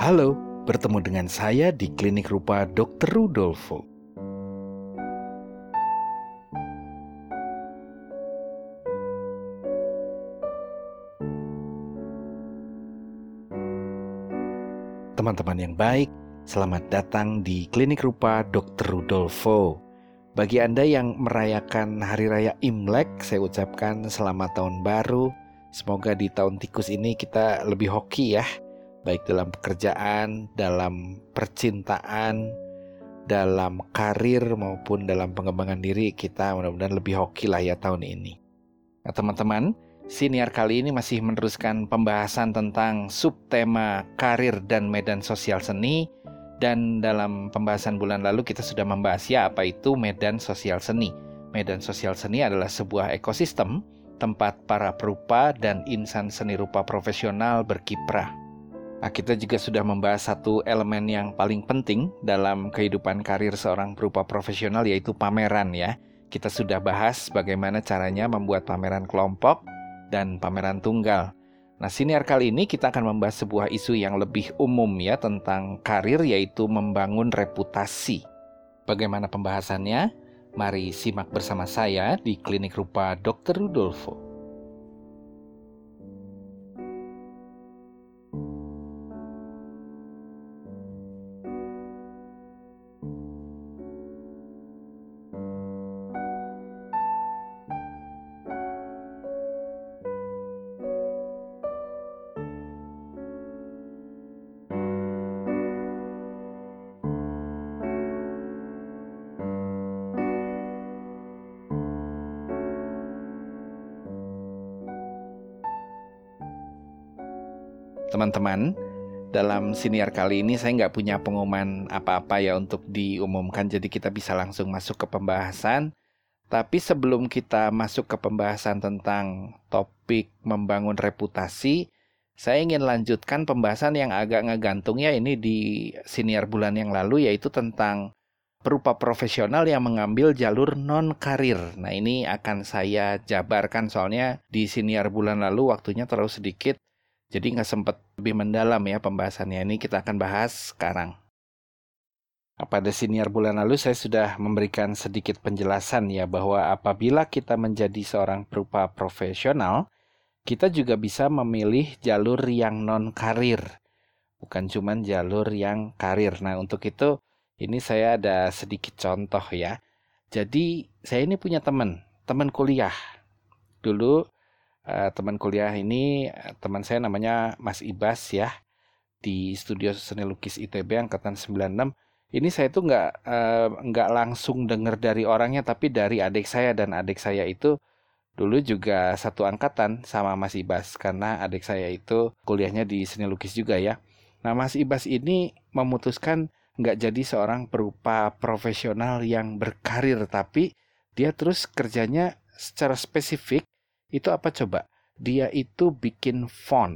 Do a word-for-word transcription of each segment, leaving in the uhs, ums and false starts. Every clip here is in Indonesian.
Halo, bertemu dengan saya di Klinik Rupa dokter Rudolfo. Teman-teman yang baik, selamat datang di Klinik Rupa dokter Rudolfo. Bagi Anda yang merayakan Hari Raya Imlek, saya ucapkan selamat tahun baru. Semoga di tahun tikus ini kita lebih hoki ya, baik dalam pekerjaan, dalam percintaan, dalam karir maupun dalam pengembangan diri kita mudah-mudahan lebih hoki lah ya tahun ini. Nah teman-teman, siniar kali ini masih meneruskan pembahasan tentang subtema karir dan medan sosial seni. Dan dalam pembahasan bulan lalu kita sudah membahas ya apa itu medan sosial seni. Medan sosial seni adalah sebuah ekosistem tempat para perupa dan insan seni rupa profesional berkiprah. Nah, kita juga sudah membahas satu elemen yang paling penting dalam kehidupan karir seorang perupa profesional, yaitu pameran ya. Kita sudah bahas bagaimana caranya membuat pameran kelompok dan pameran tunggal. Nah, siniar kali ini kita akan membahas sebuah isu yang lebih umum ya tentang karir, yaitu membangun reputasi. Bagaimana pembahasannya? Mari simak bersama saya di Klinik Rupa dokter Rudolfo. Teman-teman, dalam siniar kali ini saya nggak punya pengumuman apa-apa ya untuk diumumkan, jadi kita bisa langsung masuk ke pembahasan. Tapi sebelum kita masuk ke pembahasan tentang topik membangun reputasi, saya ingin lanjutkan pembahasan yang agak ngegantung ya ini di siniar bulan yang lalu, yaitu tentang perupa profesional yang mengambil jalur non-karir. Nah ini akan saya jabarkan soalnya di siniar bulan lalu waktunya terlalu sedikit. Jadi nggak sempat lebih mendalam ya pembahasannya. Ini kita akan bahas sekarang. Pada siniar bulan lalu saya sudah memberikan sedikit penjelasan ya bahwa apabila kita menjadi seorang perupa profesional, kita juga bisa memilih jalur yang non-karir. Bukan cuma jalur yang karir. Nah untuk itu ini saya ada sedikit contoh ya. Jadi saya ini punya teman, teman kuliah. Dulu Uh, teman kuliah ini, uh, teman saya namanya Mas Ibas ya, di Studio Seni Lukis I T B Angkatan sembilan puluh enam. Ini saya tuh nggak uh, nggak langsung dengar dari orangnya, tapi dari adik saya, dan adik saya itu dulu juga satu angkatan sama Mas Ibas, karena adik saya itu kuliahnya di Seni Lukis juga ya. Nah Mas Ibas ini memutuskan nggak jadi seorang perupa profesional yang berkarir, tapi dia terus kerjanya secara spesifik. Itu apa coba? Dia itu bikin font.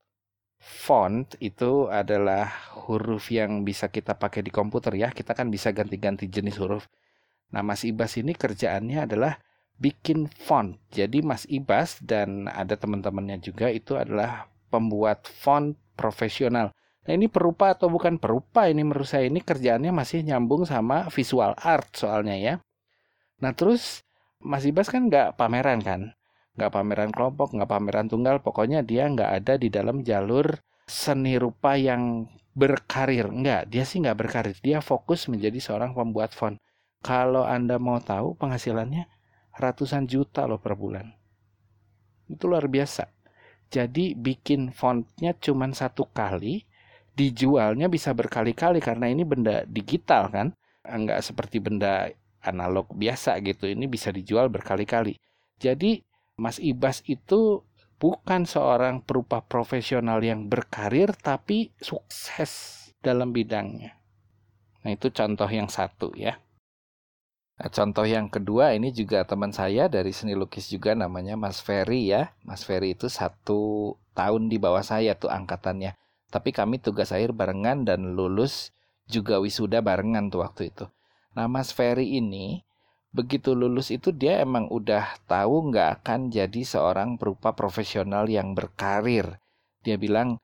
Font itu adalah huruf yang bisa kita pakai di komputer ya. Kita kan bisa ganti-ganti jenis huruf. Nah Mas Ibas ini kerjaannya adalah bikin font. Jadi Mas Ibas dan ada teman-temannya juga itu adalah pembuat font profesional. Nah ini perupa atau bukan perupa, ini menurut saya ini kerjaannya masih nyambung sama visual art soalnya ya. Nah terus Mas Ibas kan nggak pameran kan? Nggak pameran kelompok, nggak pameran tunggal, pokoknya dia nggak ada di dalam jalur seni rupa yang berkarir. Nggak, dia sih nggak berkarir, dia fokus menjadi seorang pembuat font. Kalau Anda mau tahu penghasilannya ratusan juta loh per bulan. Itu luar biasa. Jadi bikin fontnya cuma satu kali, dijualnya bisa berkali-kali karena ini benda digital kan. Nggak seperti benda analog biasa gitu, ini bisa dijual berkali-kali. Jadi Mas Ibas itu bukan seorang perupa profesional yang berkarir, tapi sukses dalam bidangnya. Nah itu contoh yang satu ya. Nah, contoh yang kedua ini juga teman saya dari seni lukis juga, namanya Mas Ferry ya. Mas Ferry itu satu tahun di bawah saya tuh angkatannya. Tapi kami tugas akhir barengan dan lulus juga wisuda barengan tuh waktu itu. Nah Mas Ferry ini begitu lulus itu dia emang udah tahu nggak akan jadi seorang perupa profesional yang berkarir. Dia bilang,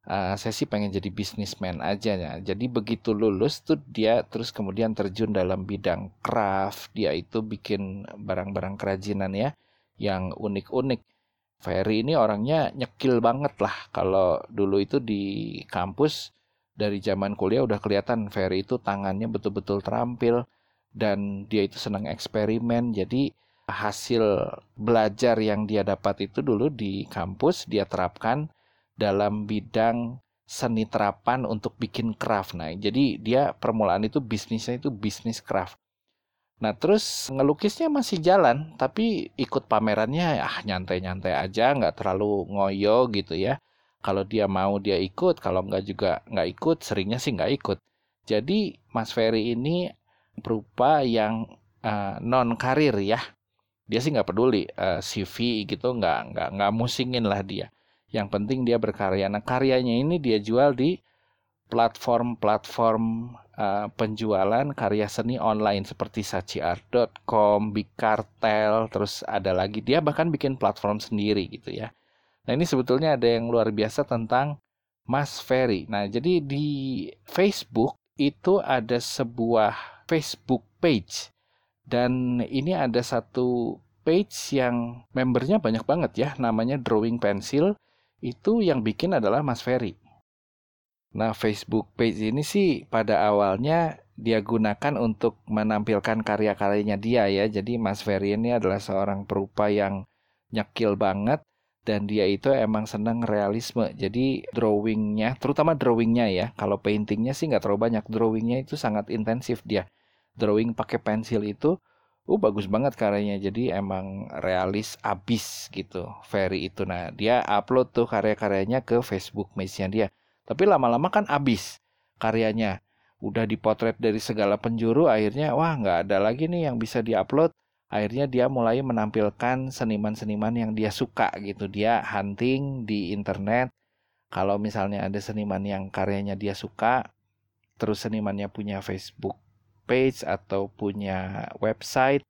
Uh, saya sih pengen jadi businessman aja ya. Jadi begitu lulus tuh dia terus kemudian terjun dalam bidang craft. Dia itu bikin barang-barang kerajinan ya yang unik-unik. Ferry ini orangnya nyekil banget lah. Kalau dulu itu di kampus dari zaman kuliah udah kelihatan Ferry itu tangannya betul-betul terampil dan dia itu senang eksperimen. Jadi hasil belajar yang dia dapat itu dulu di kampus dia terapkan dalam bidang seni terapan untuk bikin craft. Nah, jadi dia permulaan itu bisnisnya itu bisnis craft. Nah, terus ngelukisnya masih jalan, tapi ikut pamerannya ah nyantai-nyantai aja, nggak terlalu ngoyo gitu ya. Kalau dia mau dia ikut, kalau nggak juga nggak ikut, seringnya sih nggak ikut. Jadi Mas Ferry ini berupa yang uh, non-karir ya. Dia sih nggak peduli uh, C V gitu, nggak nggak nggak musingin lah dia. Yang penting dia berkarya. Nah, karyanya ini dia jual di platform-platform uh, penjualan karya seni online seperti sachi art dot com, Big Cartel, terus ada lagi dia bahkan bikin platform sendiri gitu ya. Nah, ini sebetulnya ada yang luar biasa tentang Mas Ferry. Nah, jadi di Facebook itu ada sebuah Facebook page dan ini ada satu page yang membernya banyak banget ya, namanya Drawing Pencil. Itu yang bikin adalah Mas Ferry. Nah, Facebook page ini sih pada awalnya dia gunakan untuk menampilkan karya-karyanya dia ya. Jadi Mas Ferry ini adalah seorang perupa yang nyekil banget dan dia itu emang senang realisme. Jadi drawingnya, terutama drawingnya ya. Kalau paintingnya sih nggak terlalu banyak. Drawingnya itu sangat intensif dia. Drawing pakai pensil itu Uh, bagus banget karyanya. Jadi emang realis abis gitu Ferry itu. Nah, dia upload tuh karya-karyanya ke Facebook page-nya dia. Tapi lama-lama kan abis karyanya. Udah dipotret dari segala penjuru, akhirnya wah nggak ada lagi nih yang bisa diupload. Akhirnya dia mulai menampilkan seniman-seniman yang dia suka gitu. Dia hunting di internet. Kalau misalnya ada seniman yang karyanya dia suka, terus senimannya punya Facebook page atau punya website,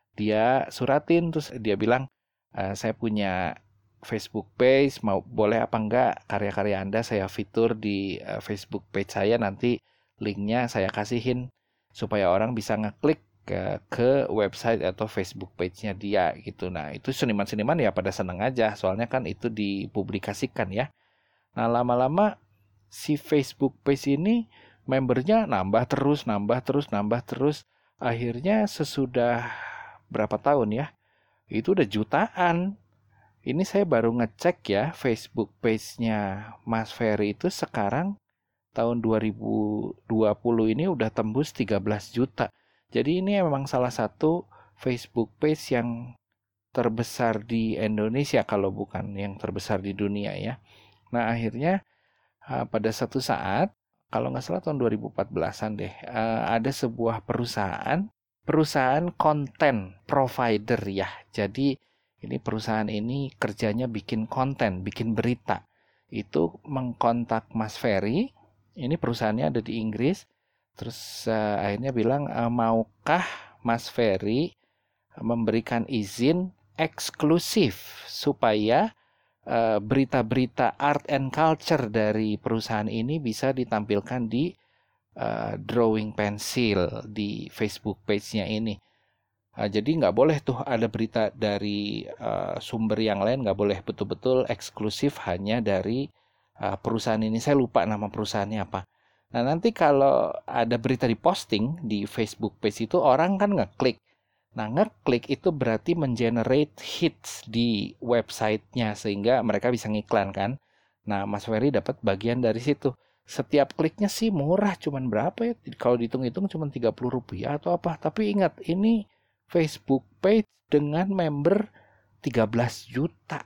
dia suratin terus dia bilang e, saya punya Facebook page, mau boleh apa enggak karya-karya Anda saya fitur di uh, Facebook page saya, nanti linknya saya kasihin supaya orang bisa ngeklik ke, ke website atau Facebook page-nya dia gitu. Nah, itu seniman-seniman ya pada seneng aja soalnya kan itu dipublikasikan ya. Nah, lama-lama si Facebook page ini membernya nambah terus, nambah terus, nambah terus. Akhirnya sesudah berapa tahun ya, itu udah jutaan. Ini saya baru ngecek ya Facebook page-nya Mas Ferry itu sekarang tahun dua ribu dua puluh ini udah tembus tiga belas juta. Jadi ini memang salah satu Facebook page yang terbesar di Indonesia kalau bukan yang terbesar di dunia ya. Nah, akhirnya pada satu saat, kalau nggak salah tahun dua ribu empat belasan deh, ada sebuah perusahaan, perusahaan konten provider ya. Jadi ini perusahaan ini kerjanya bikin konten, bikin berita. Itu mengkontak Mas Ferry, ini perusahaannya ada di Inggris, terus uh, akhirnya bilang, uh, maukah Mas Ferry memberikan izin eksklusif supaya uh, berita-berita art and culture dari perusahaan ini bisa ditampilkan di uh, Drawing Pencil di Facebook page-nya ini. Uh, jadi nggak boleh tuh ada berita dari uh, sumber yang lain, nggak boleh, betul-betul eksklusif hanya dari uh, perusahaan ini. Saya lupa nama perusahaannya apa. Nah, nanti kalau ada berita diposting di Facebook page itu orang kan ngeklik. Nah, ngeklik itu berarti mengenerate hits di websitenya sehingga mereka bisa ngiklan kan. Nah, Mas Ferry dapat bagian dari situ. Setiap kliknya sih murah, cuman berapa ya? Kalau dihitung-hitung cuman tiga puluh rupiah atau apa. Tapi ingat, ini Facebook page dengan member tiga belas juta.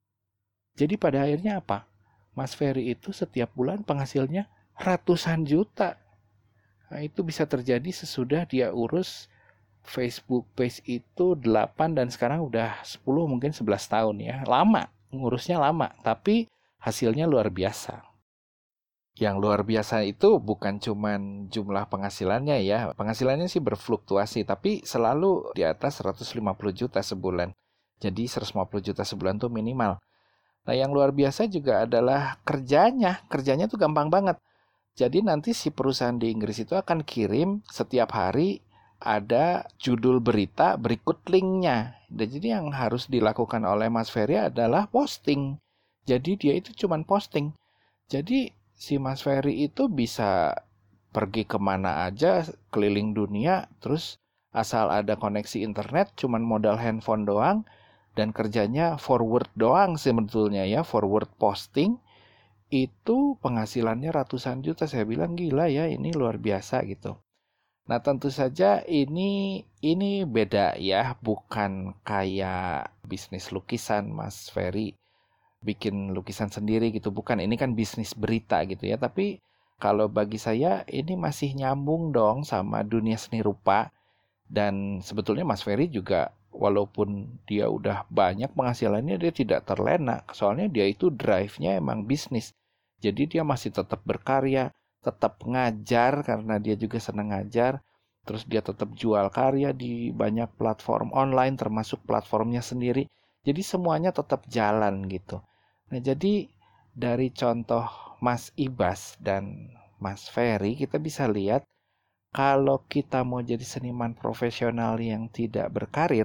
Jadi pada akhirnya apa? Mas Ferry itu setiap bulan penghasilnya ratusan juta. Nah, itu bisa terjadi sesudah dia urus Facebook page itu delapan dan sekarang udah sepuluh mungkin sebelas tahun ya. Lama, ngurusnya lama, tapi hasilnya luar biasa. Yang luar biasa itu bukan cuman jumlah penghasilannya ya. Penghasilannya sih berfluktuasi, tapi selalu di atas seratus lima puluh juta sebulan. Jadi seratus lima puluh juta sebulan tuh minimal. Nah, yang luar biasa juga adalah kerjanya. Kerjanya tuh gampang banget. Jadi nanti si perusahaan di Inggris itu akan kirim setiap hari ada judul berita berikut linknya. Dan jadi yang harus dilakukan oleh Mas Ferry adalah posting. Jadi dia itu cuman posting. Jadi si Mas Ferry itu bisa pergi kemana aja, keliling dunia, terus asal ada koneksi internet, cuman modal handphone doang, dan kerjanya forward doang sebetulnya ya, forward posting, itu penghasilannya ratusan juta. Saya bilang gila ya, ini luar biasa gitu. Nah, tentu saja ini ini beda ya, bukan kayak bisnis lukisan Mas Ferry bikin lukisan sendiri gitu, bukan. Ini kan bisnis berita gitu ya. Tapi kalau bagi saya ini masih nyambung dong sama dunia seni rupa. Dan sebetulnya Mas Ferry juga walaupun dia udah banyak penghasilannya, dia tidak terlena. Soalnya dia itu drive-nya emang bisnis. Jadi dia masih tetap berkarya, tetap ngajar karena dia juga senang ngajar. Terus dia tetap jual karya di banyak platform online termasuk platformnya sendiri. Jadi semuanya tetap jalan gitu. Nah, jadi dari contoh Mas Ibas dan Mas Ferry kita bisa lihat kalau kita mau jadi seniman profesional yang tidak berkarir,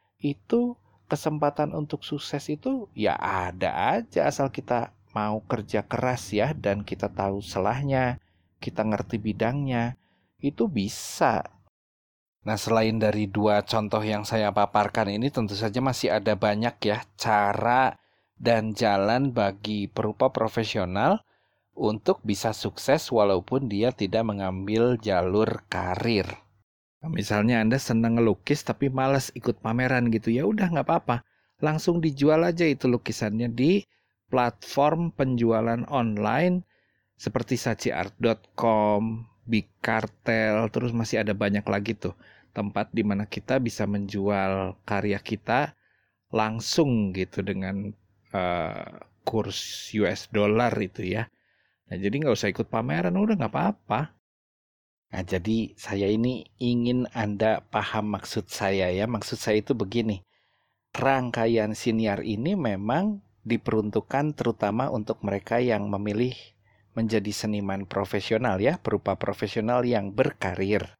itu kesempatan untuk sukses itu ya ada aja asal kita mau kerja keras ya, dan kita tahu celahnya, kita ngerti bidangnya, itu bisa. Nah, selain dari dua contoh yang saya paparkan ini, tentu saja masih ada banyak ya cara dan jalan bagi perupa profesional untuk bisa sukses walaupun dia tidak mengambil jalur karir. Nah, misalnya Anda senang ngelukis tapi malas ikut pameran gitu, ya udah nggak apa-apa. Langsung dijual aja itu lukisannya di platform penjualan online seperti saci art dot com, Big Cartel, terus masih ada banyak lagi tuh tempat di mana kita bisa menjual karya kita langsung gitu dengan uh, kurs U S dollar itu ya. Nah, jadi nggak usah ikut pameran, udah nggak apa-apa. Nah, jadi saya ini ingin Anda paham maksud saya ya. Maksud saya itu begini. Rangkaian siniar ini memang diperuntukkan terutama untuk mereka yang memilih menjadi seniman profesional ya, berupa profesional yang berkarir.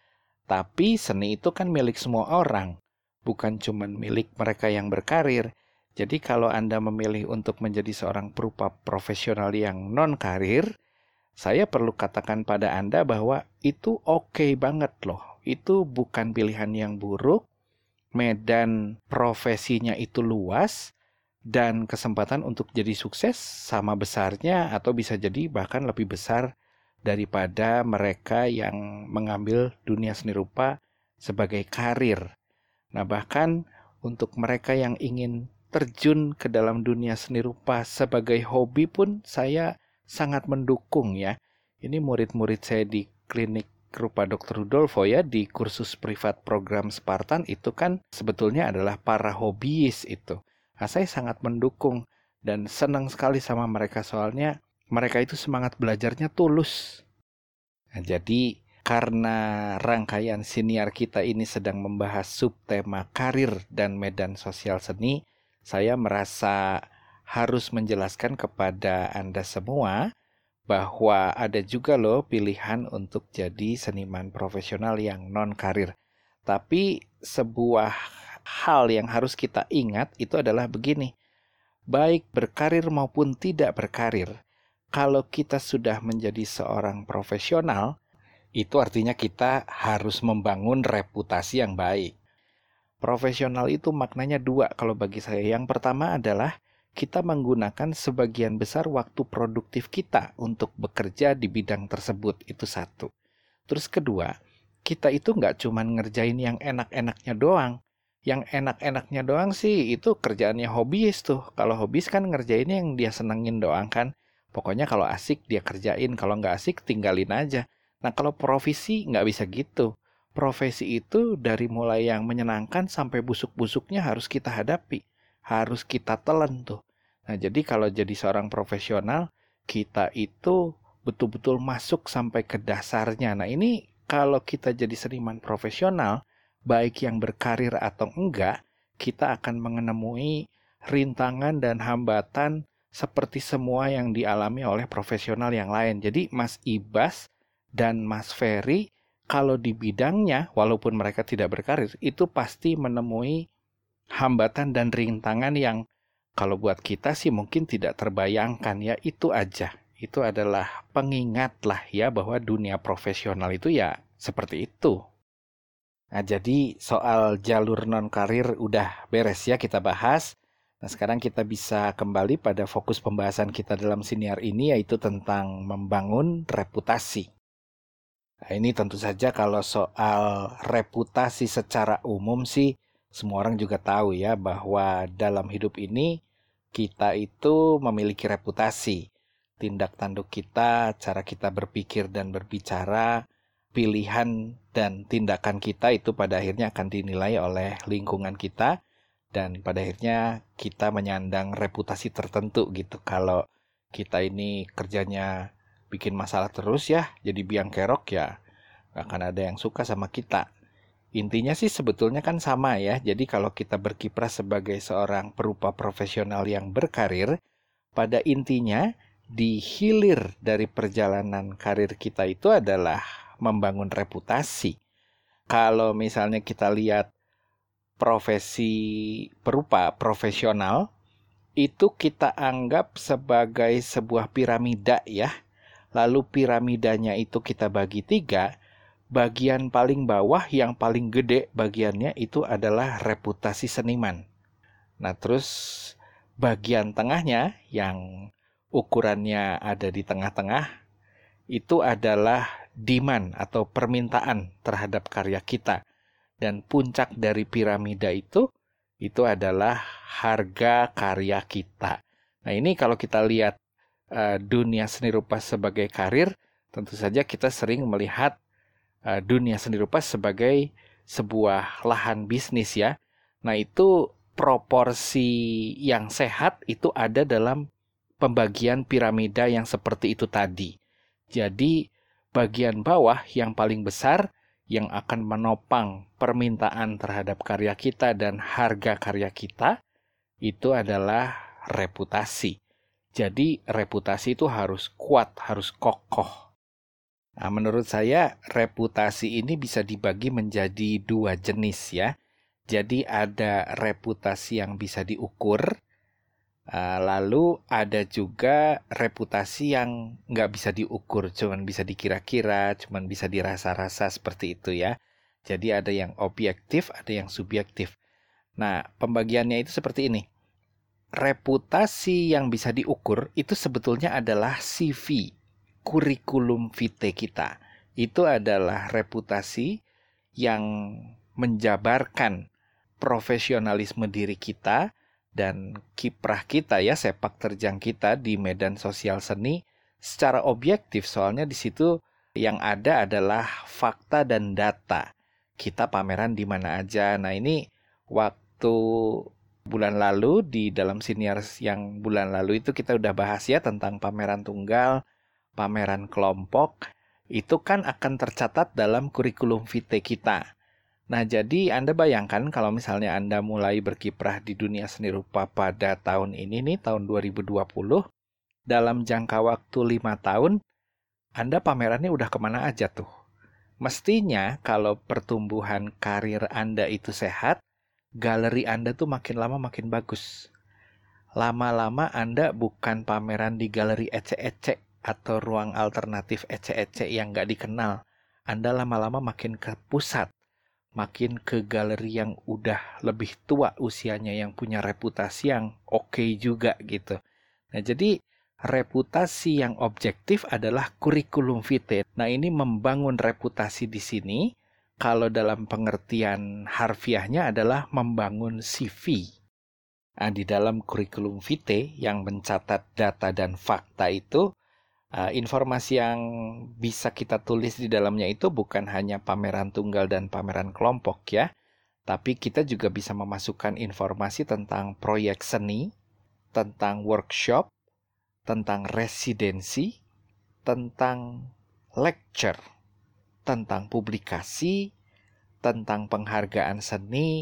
Tapi seni itu kan milik semua orang, bukan cuma milik mereka yang berkarir. Jadi kalau Anda memilih untuk menjadi seorang berupa profesional yang non-karir, saya perlu katakan pada Anda bahwa itu oke banget loh. Itu bukan pilihan yang buruk, medan profesinya itu luas, dan kesempatan untuk jadi sukses sama besarnya atau bisa jadi bahkan lebih besar daripada mereka yang mengambil dunia seni rupa sebagai karir. Nah, bahkan untuk mereka yang ingin terjun ke dalam dunia seni rupa sebagai hobi pun saya sangat mendukung ya. Ini murid-murid saya di klinik rupa dokter Rudolfo ya, di kursus privat program Spartan itu kan sebetulnya adalah para hobiis itu. Nah, saya sangat mendukung dan senang sekali sama mereka soalnya mereka itu semangat belajarnya tulus. Nah, jadi karena rangkaian siniar kita ini sedang membahas subtema karir dan medan sosial seni, saya merasa harus menjelaskan kepada Anda semua bahwa ada juga loh pilihan untuk jadi seniman profesional yang non-karir. Tapi sebuah hal yang harus kita ingat itu adalah begini, baik berkarir maupun tidak berkarir, kalau kita sudah menjadi seorang profesional, itu artinya kita harus membangun reputasi yang baik. Profesional itu maknanya dua kalau bagi saya. Yang pertama adalah kita menggunakan sebagian besar waktu produktif kita untuk bekerja di bidang tersebut, itu satu. Terus kedua, kita itu nggak cuma ngerjain yang enak-enaknya doang. Yang enak-enaknya doang sih itu kerjaannya hobiis tuh. Kalau hobiis kan ngerjain yang dia senengin doang kan. Pokoknya kalau asik dia kerjain, kalau nggak asik tinggalin aja. Nah, kalau profesi nggak bisa gitu. Profesi itu dari mulai yang menyenangkan sampai busuk-busuknya harus kita hadapi. Harus kita telan tuh. Nah, jadi kalau jadi seorang profesional, kita itu betul-betul masuk sampai ke dasarnya. Nah, ini kalau kita jadi seniman profesional, baik yang berkarir atau enggak, kita akan menemui rintangan dan hambatan seperti semua yang dialami oleh profesional yang lain. Jadi Mas Ibas dan Mas Ferry kalau di bidangnya, walaupun mereka tidak berkarir, itu pasti menemui hambatan dan rintangan yang kalau buat kita sih mungkin tidak terbayangkan ya. Itu aja. Itu adalah pengingat lah ya bahwa dunia profesional itu ya seperti itu. Nah, jadi soal jalur non-karir udah beres ya kita bahas. Nah, sekarang kita bisa kembali pada fokus pembahasan kita dalam siniar ini, yaitu tentang membangun reputasi. Nah, ini tentu saja kalau soal reputasi secara umum sih, semua orang juga tahu ya bahwa dalam hidup ini kita itu memiliki reputasi. Tindak tanduk kita, cara kita berpikir dan berbicara, pilihan dan tindakan kita itu pada akhirnya akan dinilai oleh lingkungan kita. Dan pada akhirnya kita menyandang reputasi tertentu gitu. Kalau kita ini kerjanya bikin masalah terus ya, jadi biang kerok ya, gak akan ada yang suka sama kita. Intinya sih sebetulnya kan sama ya. Jadi kalau kita berkiprah sebagai seorang perupa profesional yang berkarir, pada intinya di hilir dari perjalanan karir kita itu adalah membangun reputasi. Kalau misalnya kita lihat profesi perupa profesional, itu kita anggap sebagai sebuah piramida ya. Lalu piramidanya itu kita bagi tiga. Bagian paling bawah yang paling gede bagiannya itu adalah reputasi seniman. Nah terus bagian tengahnya yang ukurannya ada di tengah-tengah itu adalah demand atau permintaan terhadap karya kita. Dan puncak dari piramida itu, itu adalah harga karya kita. Nah ini kalau kita lihat uh, dunia seni rupa sebagai karir, tentu saja kita sering melihat uh, dunia seni rupa sebagai sebuah lahan bisnis ya. Nah itu proporsi yang sehat itu ada dalam pembagian piramida yang seperti itu tadi. Jadi bagian bawah yang paling besar yang akan menopang permintaan terhadap karya kita dan harga karya kita itu adalah reputasi. Jadi reputasi itu harus kuat, harus kokoh. Nah, menurut saya reputasi ini bisa dibagi menjadi dua jenis ya. Jadi ada reputasi yang bisa diukur, lalu ada juga reputasi yang nggak bisa diukur, cuman bisa dikira-kira, cuman bisa dirasa-rasa seperti itu ya. Jadi ada yang objektif, ada yang subjektif. Nah, pembagiannya itu seperti ini. Reputasi yang bisa diukur itu sebetulnya adalah C V, kurikulum vitae kita. Itu adalah reputasi yang menjabarkan profesionalisme diri kita dan kiprah kita ya, sepak terjang kita di medan sosial seni secara objektif. Soalnya di situ yang ada adalah fakta dan data. Kita pameran di mana aja. Nah ini waktu bulan lalu di dalam siniar yang bulan lalu itu kita udah bahas ya tentang pameran tunggal, pameran kelompok. Itu kan akan tercatat dalam kurikulum vitae kita. Nah, jadi Anda bayangkan kalau misalnya Anda mulai berkiprah di dunia seni rupa pada tahun ini nih, tahun dua ribu dua puluh, dalam jangka waktu lima tahun, Anda pamerannya udah kemana aja tuh? Mestinya kalau pertumbuhan karir Anda itu sehat, galeri Anda tuh makin lama makin bagus. Lama-lama Anda bukan pameran di galeri ecek-ecek atau ruang alternatif ecek-ecek yang nggak dikenal. Anda lama-lama makin ke pusat. Makin ke galeri yang udah lebih tua usianya, yang punya reputasi yang oke okay juga gitu. Nah jadi reputasi yang objektif adalah kurikulum vitae. Nah ini membangun reputasi di sini, kalau dalam pengertian harfiahnya adalah membangun C V. Nah, di dalam kurikulum vitae yang mencatat data dan fakta itu, Uh, informasi yang bisa kita tulis di dalamnya itu bukan hanya pameran tunggal dan pameran kelompok ya, tapi kita juga bisa memasukkan informasi tentang proyek seni, tentang workshop, tentang residensi, tentang lecture, tentang publikasi, tentang penghargaan seni,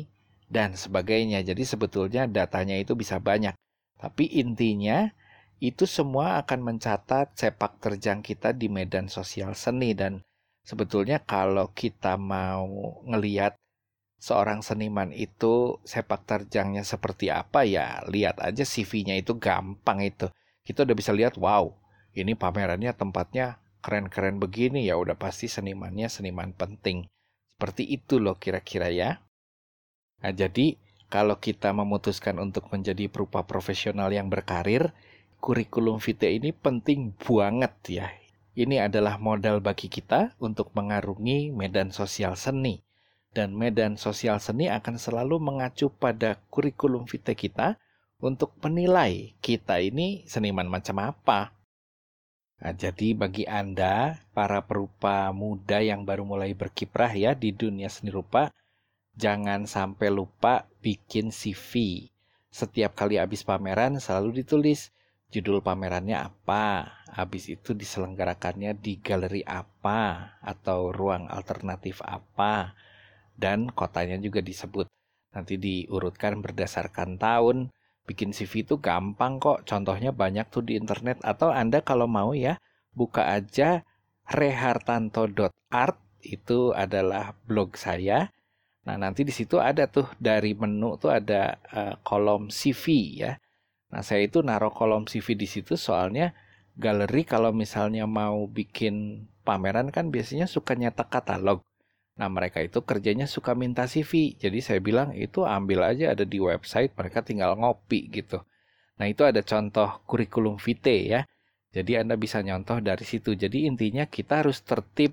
dan sebagainya. Jadi sebetulnya datanya itu bisa banyak. Tapi intinya itu semua akan mencatat sepak terjang kita di medan sosial seni. Dan sebetulnya kalau kita mau ngeliat seorang seniman itu sepak terjangnya seperti apa, ya lihat aja C V-nya, itu gampang itu. Kita udah bisa lihat, wow, ini pamerannya tempatnya keren-keren begini, ya udah pasti senimannya seniman penting. Seperti itu loh kira-kira ya. Nah, jadi kalau kita memutuskan untuk menjadi perupa profesional yang berkarir, kurikulum vitae ini penting banget ya. Ini adalah modal bagi kita untuk mengarungi medan sosial seni. Dan medan sosial seni akan selalu mengacu pada kurikulum vitae kita untuk menilai kita ini seniman macam apa. Nah, jadi bagi Anda, para perupa muda yang baru mulai berkiprah ya di dunia seni rupa, jangan sampai lupa bikin C V. Setiap kali habis pameran selalu ditulis judul pamerannya apa, habis itu diselenggarakannya di galeri apa, atau ruang alternatif apa, dan kotanya juga disebut. Nanti diurutkan berdasarkan tahun. Bikin C V itu gampang kok, contohnya banyak tuh di internet. Atau Anda kalau mau ya, buka aja rehartanto dot art, itu adalah blog saya. Nah, nanti di situ ada tuh dari menu tuh ada uh, kolom C V ya. Nah, saya itu naruh kolom C V di situ soalnya galeri kalau misalnya mau bikin pameran kan biasanya suka nyetak katalog. Nah, mereka itu kerjanya suka minta C V. Jadi saya bilang itu ambil aja, ada di website, mereka tinggal ngopi gitu. Nah, itu ada contoh kurikulum vitae ya. Jadi Anda bisa nyontoh dari situ. Jadi intinya kita harus tertib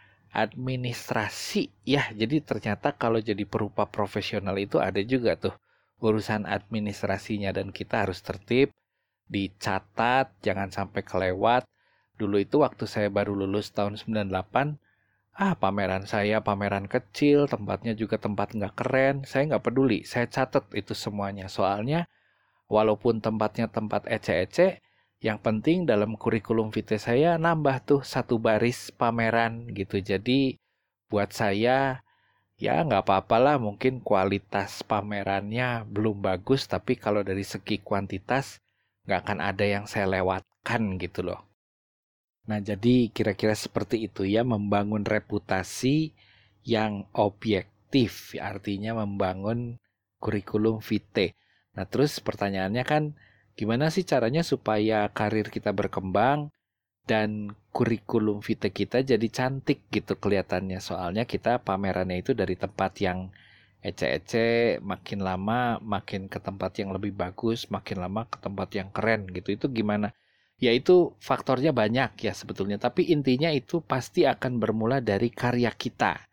administrasi ya. Jadi ternyata kalau jadi perupa profesional itu ada juga tuh urusan administrasinya, dan kita harus tertib, dicatat, jangan sampai kelewat. Dulu itu waktu saya baru lulus tahun sembilan puluh delapan, ah pameran saya pameran kecil, tempatnya juga tempat nggak keren, saya nggak peduli, saya catat itu semuanya. Soalnya walaupun tempatnya tempat ece-ece, yang penting dalam kurikulum vitae saya nambah tuh satu baris pameran gitu. Jadi buat saya ya nggak apa-apalah, mungkin kualitas pamerannya belum bagus, tapi kalau dari segi kuantitas nggak akan ada yang saya lewatkan gitu loh. Nah, jadi kira-kira seperti itu ya, membangun reputasi yang objektif, artinya membangun kurikulum vitae. Nah, terus pertanyaannya kan, gimana sih caranya supaya karir kita berkembang dan kurikulum vitae kita jadi cantik gitu kelihatannya? Soalnya kita pamerannya itu dari tempat yang ece-ece, makin lama makin ke tempat yang lebih bagus, makin lama ke tempat yang keren gitu. Itu gimana? Ya itu faktornya banyak ya sebetulnya, tapi intinya itu pasti akan bermula dari karya kita.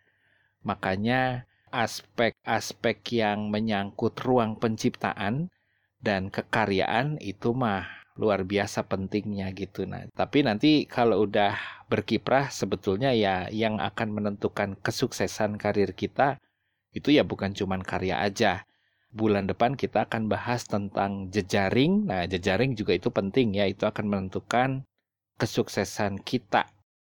Makanya aspek-aspek yang menyangkut ruang penciptaan dan kekaryaan itu mah luar biasa pentingnya gitu. Nah, tapi nanti kalau udah berkiprah sebetulnya ya yang akan menentukan kesuksesan karir kita itu ya bukan cuman karya aja. Bulan depan kita akan bahas tentang jejaring. Nah, jejaring juga itu penting ya, itu akan menentukan kesuksesan kita.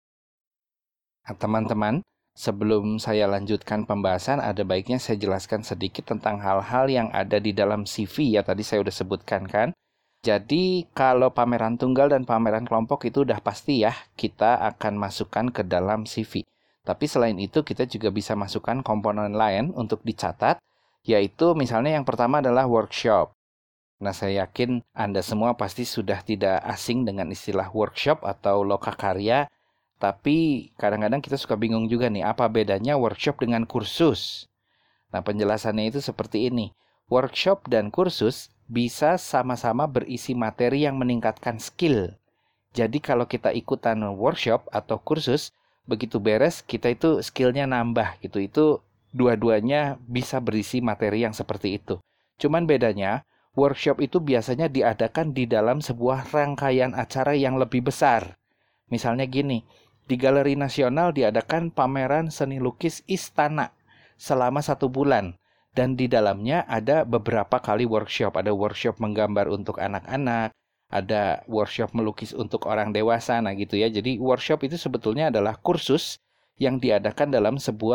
Nah, teman-teman, sebelum saya lanjutkan pembahasan, ada baiknya saya jelaskan sedikit tentang hal-hal yang ada di dalam C V ya, tadi saya udah sebutkan kan. Jadi, kalau pameran tunggal dan pameran kelompok itu udah pasti ya, kita akan masukkan ke dalam C V. Tapi selain itu, kita juga bisa masukkan komponen lain untuk dicatat, yaitu misalnya yang pertama adalah workshop. Nah, saya yakin Anda semua pasti sudah tidak asing dengan istilah workshop atau lokakarya, tapi kadang-kadang kita suka bingung juga nih, apa bedanya workshop dengan kursus? Nah, penjelasannya itu seperti ini. Workshop dan kursus bisa sama-sama berisi materi yang meningkatkan skill. Jadi kalau kita ikutan workshop atau kursus, begitu beres kita itu skillnya nambah gitu. Itu dua-duanya bisa berisi materi yang seperti itu. Cuman bedanya, workshop itu biasanya diadakan di dalam sebuah rangkaian acara yang lebih besar. Misalnya gini, di Galeri Nasional diadakan pameran seni lukis Istana selama satu bulan. Dan di dalamnya ada beberapa kali workshop. Ada workshop menggambar untuk anak-anak, ada workshop melukis untuk orang dewasa, nah gitu ya. Jadi workshop itu sebetulnya adalah kursus yang diadakan dalam sebuah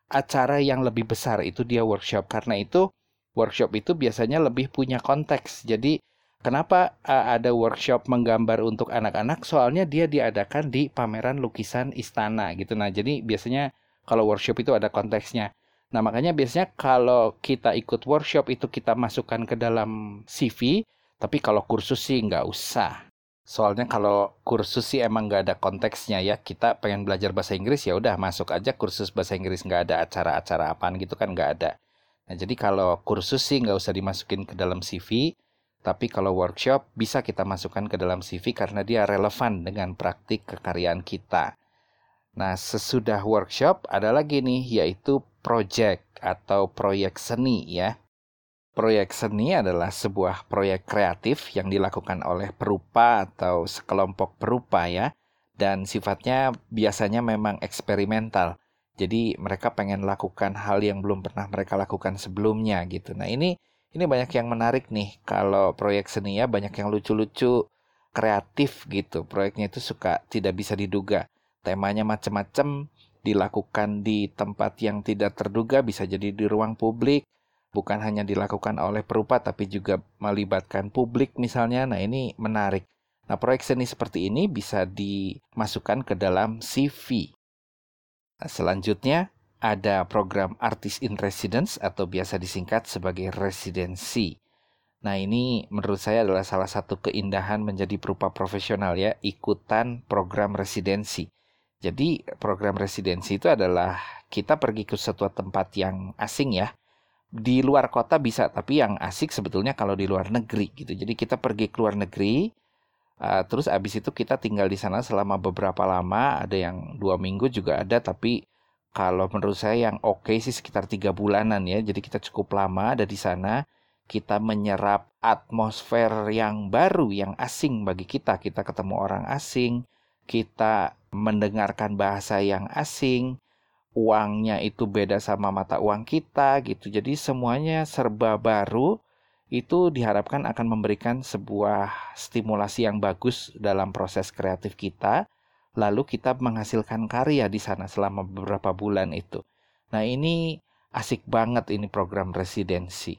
acara yang lebih besar itu dia workshop. Karena itu workshop itu biasanya lebih punya konteks. Jadi kenapa uh, ada workshop menggambar untuk anak-anak? Soalnya dia diadakan di pameran lukisan istana gitu. Nah, jadi biasanya kalau workshop itu ada konteksnya. Nah, makanya biasanya kalau kita ikut workshop itu kita masukkan ke dalam C V, tapi kalau kursus sih nggak usah. Soalnya kalau kursus sih emang nggak ada konteksnya ya. Kita pengen belajar bahasa Inggris ya udah masuk aja kursus bahasa Inggris, nggak ada acara-acara apaan gitu kan nggak ada. Nah, jadi kalau kursus sih nggak usah dimasukin ke dalam C V, tapi kalau workshop bisa kita masukkan ke dalam C V karena dia relevan dengan praktik kekaryaan kita. Nah, sesudah workshop ada lagi nih yaitu project atau proyek seni ya. Proyek seni adalah sebuah proyek kreatif yang dilakukan oleh perupa atau sekelompok perupa ya. Dan sifatnya biasanya memang eksperimental. Jadi mereka pengen lakukan hal yang belum pernah mereka lakukan sebelumnya gitu. Nah ini ini banyak yang menarik nih. Kalau proyek seni ya banyak yang lucu-lucu, kreatif gitu. Proyeknya itu suka tidak bisa diduga. Temanya macam-macam, dilakukan di tempat yang tidak terduga, bisa jadi di ruang publik. Bukan hanya dilakukan oleh perupa tapi juga melibatkan publik misalnya. Nah ini menarik. Nah proyek seni seperti ini bisa dimasukkan ke dalam C V. Nah, selanjutnya ada program Artist in Residence atau biasa disingkat sebagai residensi. Nah ini menurut saya adalah salah satu keindahan menjadi perupa profesional ya, ikutan program residensi. Jadi program residensi itu adalah kita pergi ke suatu tempat yang asing ya. Di luar kota bisa, tapi yang asik sebetulnya kalau di luar negeri gitu. Jadi kita pergi ke luar negeri, uh, terus abis itu kita tinggal di sana selama beberapa lama. Ada yang dua minggu juga ada, tapi kalau menurut saya yang oke okay sih sekitar tiga bulanan ya. Jadi kita cukup lama ada di sana. Kita menyerap atmosfer yang baru, yang asing bagi kita. Kita ketemu orang asing, kita mendengarkan bahasa yang asing. Uangnya itu beda sama mata uang kita gitu. Jadi semuanya serba baru. Itu diharapkan akan memberikan sebuah stimulasi yang bagus dalam proses kreatif kita. Lalu kita menghasilkan karya di sana selama beberapa bulan itu. Nah ini asik banget ini program residensi.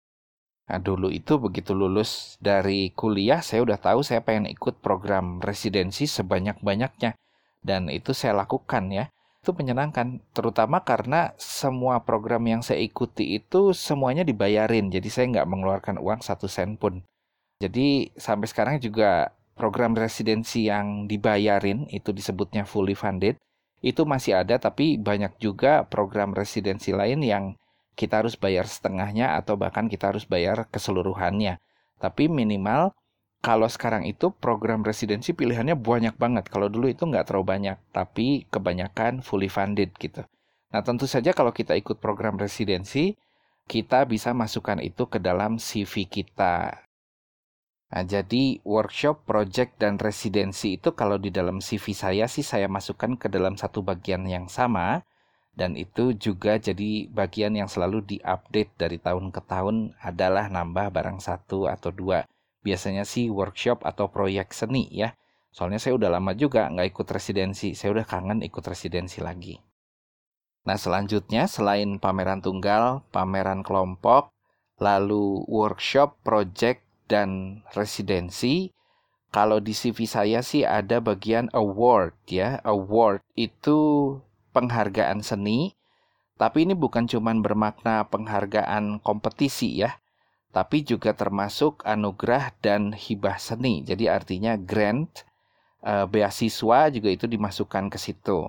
Nah dulu itu begitu lulus dari kuliah saya udah tahu saya pengen ikut program residensi sebanyak-banyaknya. Dan itu saya lakukan ya. Itu menyenangkan, terutama karena semua program yang saya ikuti itu semuanya dibayarin, jadi saya nggak mengeluarkan uang satu sen pun. Jadi sampai sekarang juga program residensi yang dibayarin, itu disebutnya fully funded, itu masih ada, tapi banyak juga program residensi lain yang kita harus bayar setengahnya atau bahkan kita harus bayar keseluruhannya. Tapi minimal kalau sekarang itu program residensi pilihannya banyak banget. Kalau dulu itu nggak terlalu banyak, tapi kebanyakan fully funded gitu. Nah tentu saja kalau kita ikut program residensi, kita bisa masukkan itu ke dalam C V kita. Nah jadi workshop, project, dan residensi itu kalau di dalam C V saya sih saya masukkan ke dalam satu bagian yang sama. Dan itu juga jadi bagian yang selalu diupdate dari tahun ke tahun adalah nambah barang satu atau dua. Biasanya sih workshop atau proyek seni ya. Soalnya saya udah lama juga nggak ikut residensi. Saya udah kangen ikut residensi lagi. Nah selanjutnya selain pameran tunggal, pameran kelompok, lalu workshop, project, dan residensi, kalau di C V saya sih ada bagian award ya. Award itu penghargaan seni, tapi ini bukan cuma bermakna penghargaan kompetisi ya. Tapi juga termasuk anugerah dan hibah seni. Jadi artinya grant, uh, beasiswa juga itu dimasukkan ke situ.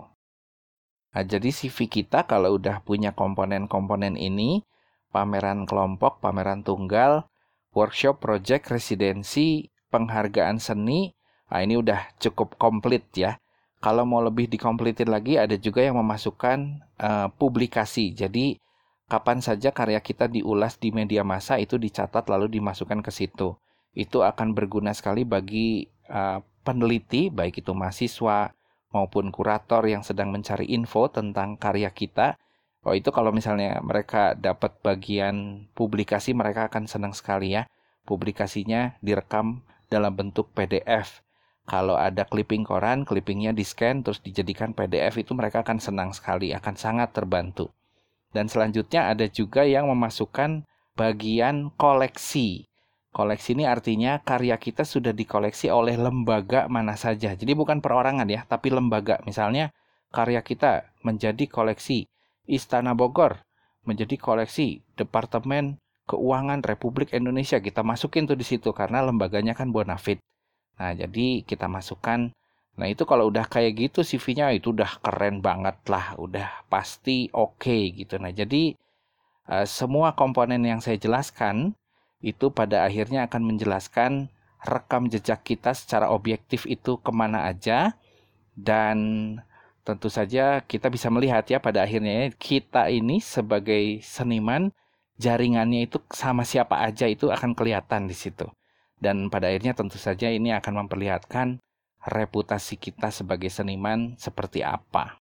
Nah, jadi C V kita kalau udah punya komponen-komponen ini, pameran kelompok, pameran tunggal, workshop, project, residensi, penghargaan seni, nah ini udah cukup komplit ya. Kalau mau lebih dikomplitin lagi, ada juga yang memasukkan uh, publikasi. Jadi kapan saja karya kita diulas di media massa itu dicatat lalu dimasukkan ke situ. Itu akan berguna sekali bagi uh, peneliti, baik itu mahasiswa maupun kurator yang sedang mencari info tentang karya kita. Oh itu kalau misalnya mereka dapat bagian publikasi, mereka akan senang sekali ya. Publikasinya direkam dalam bentuk P D F. Kalau ada clipping koran, clippingnya di-scan terus dijadikan P D F, itu mereka akan senang sekali, akan sangat terbantu. Dan selanjutnya ada juga yang memasukkan bagian koleksi. Koleksi ini artinya karya kita sudah dikoleksi oleh lembaga mana saja. Jadi bukan perorangan ya, tapi lembaga. Misalnya karya kita menjadi koleksi Istana Bogor, menjadi koleksi Departemen Keuangan Republik Indonesia. Kita masukin tuh di situ karena lembaganya kan bonafit. Nah, jadi kita masukkan. Nah, itu kalau udah kayak gitu C V-nya itu udah keren banget lah, udah pasti oke okay, gitu. Nah, jadi uh, semua komponen yang saya jelaskan itu pada akhirnya akan menjelaskan rekam jejak kita secara objektif itu kemana aja, dan tentu saja kita bisa melihat ya pada akhirnya kita ini sebagai seniman jaringannya itu sama siapa aja itu akan kelihatan di situ. Dan pada akhirnya tentu saja ini akan memperlihatkan reputasi kita sebagai seniman seperti apa.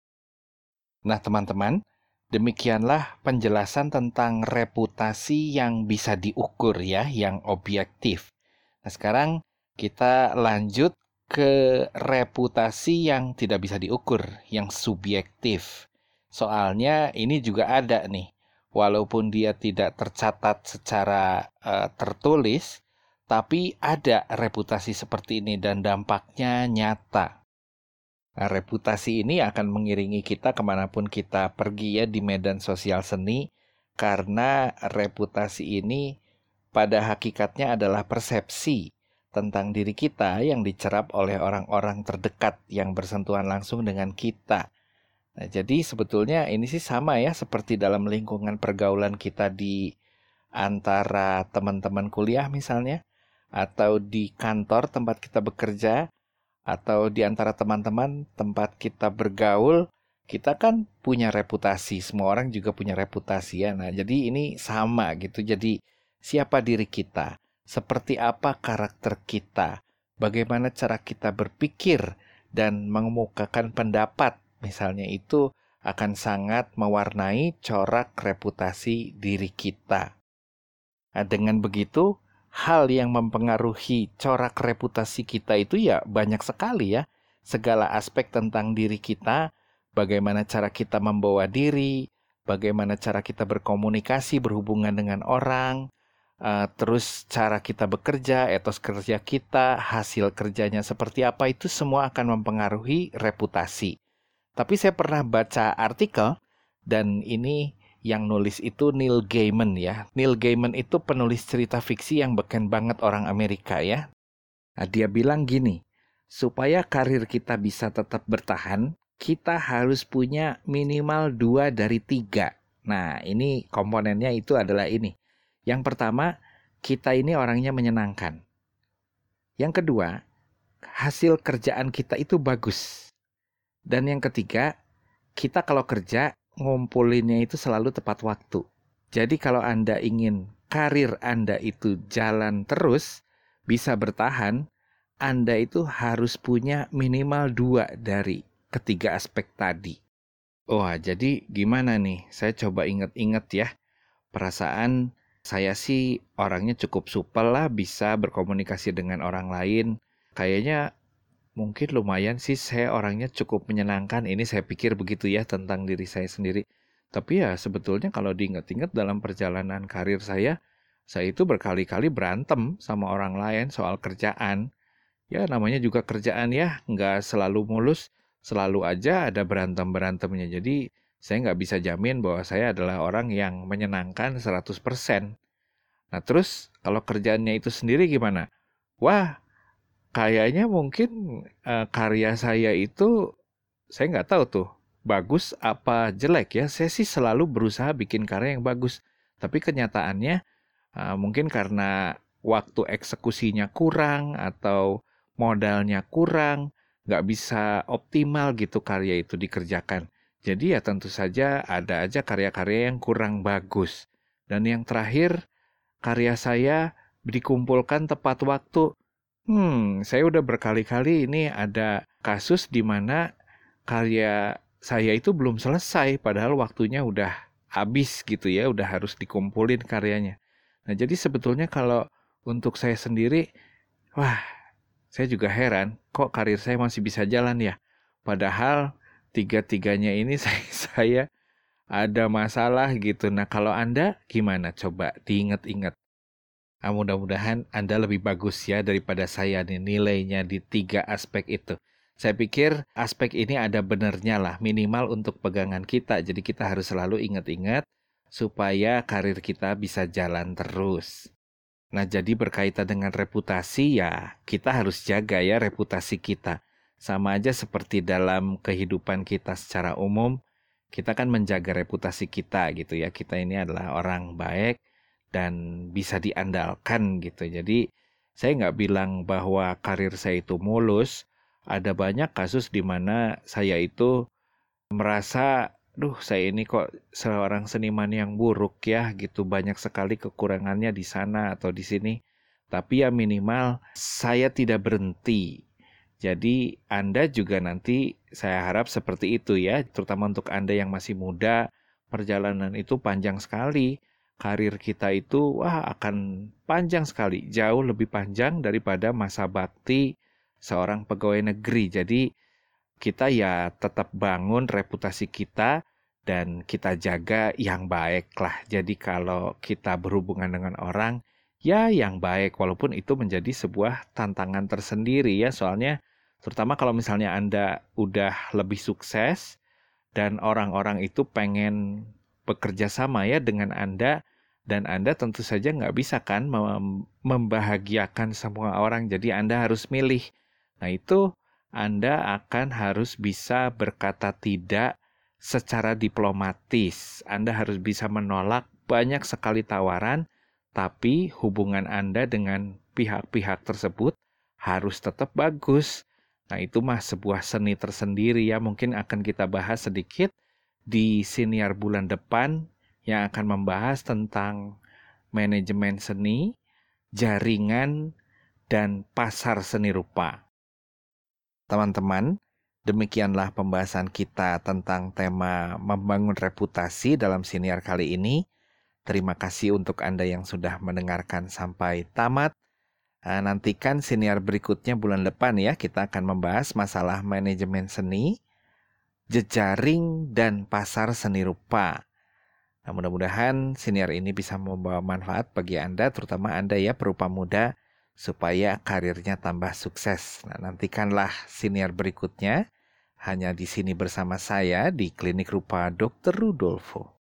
Nah teman-teman, demikianlah penjelasan tentang reputasi yang bisa diukur ya, yang objektif. Nah sekarang kita lanjut ke reputasi yang tidak bisa diukur, yang subjektif. Soalnya ini juga ada nih, walaupun dia tidak tercatat secara uh, tertulis, tapi ada reputasi seperti ini dan dampaknya nyata. Nah, reputasi ini akan mengiringi kita kemanapun kita pergi ya di medan sosial seni, karena reputasi ini pada hakikatnya adalah persepsi tentang diri kita yang dicerap oleh orang-orang terdekat yang bersentuhan langsung dengan kita. Nah, jadi sebetulnya ini sih sama ya seperti dalam lingkungan pergaulan kita di antara teman-teman kuliah misalnya, atau di kantor tempat kita bekerja, atau di antara teman-teman tempat kita bergaul, kita kan punya reputasi. Semua orang juga punya reputasi ya. Nah, jadi ini sama gitu. Jadi siapa diri kita? Seperti apa karakter kita? Bagaimana cara kita berpikir dan mengemukakan pendapat? Misalnya itu akan sangat mewarnai corak reputasi diri kita. Nah, dengan begitu, hal yang mempengaruhi corak reputasi kita itu ya banyak sekali ya. Segala aspek tentang diri kita, bagaimana cara kita membawa diri, bagaimana cara kita berkomunikasi, berhubungan dengan orang, uh, terus cara kita bekerja, etos kerja kita, hasil kerjanya seperti apa, itu semua akan mempengaruhi reputasi. Tapi saya pernah baca artikel, dan ini yang nulis itu Neil Gaiman ya. Neil Gaiman itu penulis cerita fiksi yang beken banget orang Amerika ya. Nah, dia bilang gini, supaya karir kita bisa tetap bertahan, kita harus punya minimal dua dari tiga. Nah, ini komponennya itu adalah ini. Yang pertama, kita ini orangnya menyenangkan. Yang kedua, hasil kerjaan kita itu bagus. Dan yang ketiga, kita kalau kerja, ngumpulinnya itu selalu tepat waktu. Jadi kalau Anda ingin karir Anda itu jalan terus, bisa bertahan, Anda itu harus punya minimal dua dari ketiga aspek tadi. Wah, jadi gimana nih? Saya coba ingat-ingat ya. Perasaan saya sih orangnya cukup supel lah, bisa berkomunikasi dengan orang lain. Kayaknya mungkin lumayan sih, saya orangnya cukup menyenangkan. Ini saya pikir begitu ya tentang diri saya sendiri. Tapi ya sebetulnya kalau diingat-ingat dalam perjalanan karir saya, saya itu berkali-kali berantem sama orang lain soal kerjaan. Ya namanya juga kerjaan ya, nggak selalu mulus, selalu aja ada berantem-berantemnya. Jadi saya nggak bisa jamin bahwa saya adalah orang yang menyenangkan seratus persen. Nah terus kalau kerjaannya itu sendiri gimana? Wah, kayaknya mungkin uh, karya saya itu, saya nggak tahu tuh, bagus apa jelek ya. Saya sih selalu berusaha bikin karya yang bagus. Tapi kenyataannya uh, mungkin karena waktu eksekusinya kurang atau modalnya kurang, nggak bisa optimal gitu karya itu dikerjakan. Jadi ya tentu saja ada aja karya-karya yang kurang bagus. Dan yang terakhir, karya saya dikumpulkan tepat waktu. Hmm, saya udah berkali-kali ini ada kasus di mana karya saya itu belum selesai, padahal waktunya udah habis gitu ya, udah harus dikumpulin karyanya. Nah, jadi sebetulnya kalau untuk saya sendiri, wah, saya juga heran, kok karir saya masih bisa jalan ya? Padahal tiga-tiganya ini saya, saya ada masalah gitu. Nah, kalau Anda gimana? Coba diingat-ingat. Ah, mudah-mudahan Anda lebih bagus ya daripada saya nih nilainya di tiga aspek itu. Saya pikir aspek ini ada benernya lah, minimal untuk pegangan kita. Jadi kita harus selalu ingat-ingat supaya karir kita bisa jalan terus. Nah, jadi berkaitan dengan reputasi ya, kita harus jaga ya reputasi kita. Sama aja seperti dalam kehidupan kita secara umum, kita kan menjaga reputasi kita gitu ya. Kita ini adalah orang baik dan bisa diandalkan gitu. Jadi saya nggak bilang bahwa karir saya itu mulus. Ada banyak kasus di mana saya itu merasa, duh saya ini kok seorang seniman yang buruk ya gitu. Banyak sekali kekurangannya di sana atau di sini. Tapi ya minimal saya tidak berhenti. Jadi Anda juga nanti saya harap seperti itu ya. Terutama untuk Anda yang masih muda, perjalanan itu panjang sekali. Karir kita itu wah akan panjang sekali. Jauh lebih panjang daripada masa bakti seorang pegawai negeri. Jadi kita ya tetap bangun reputasi kita dan kita jaga yang baik lah. Jadi kalau kita berhubungan dengan orang, ya yang baik. Walaupun itu menjadi sebuah tantangan tersendiri ya. Soalnya terutama kalau misalnya Anda udah lebih sukses dan orang-orang itu pengen bekerja sama ya dengan Anda. Dan Anda tentu saja nggak bisa kan mem- membahagiakan semua orang. Jadi Anda harus milih. Nah itu Anda akan harus bisa berkata tidak secara diplomatis. Anda harus bisa menolak banyak sekali tawaran, tapi hubungan Anda dengan pihak-pihak tersebut harus tetap bagus. Nah, itu mah sebuah seni tersendiri ya. Mungkin akan kita bahas sedikit di siniar bulan depan yang akan membahas tentang manajemen seni, jaringan, dan pasar seni rupa. Teman-teman, demikianlah pembahasan kita tentang tema membangun reputasi dalam siniar kali ini. Terima kasih untuk Anda yang sudah mendengarkan sampai tamat. Nah, nantikan siniar berikutnya bulan depan ya. Kita akan membahas masalah manajemen seni, jejaring, dan pasar seni rupa. Nah, mudah-mudahan siniar ini bisa membawa manfaat bagi Anda, terutama Anda ya perupa muda, supaya karirnya tambah sukses. Nah, nantikanlah siniar berikutnya hanya di sini bersama saya di Klinik Rupa dokter Rudolfo.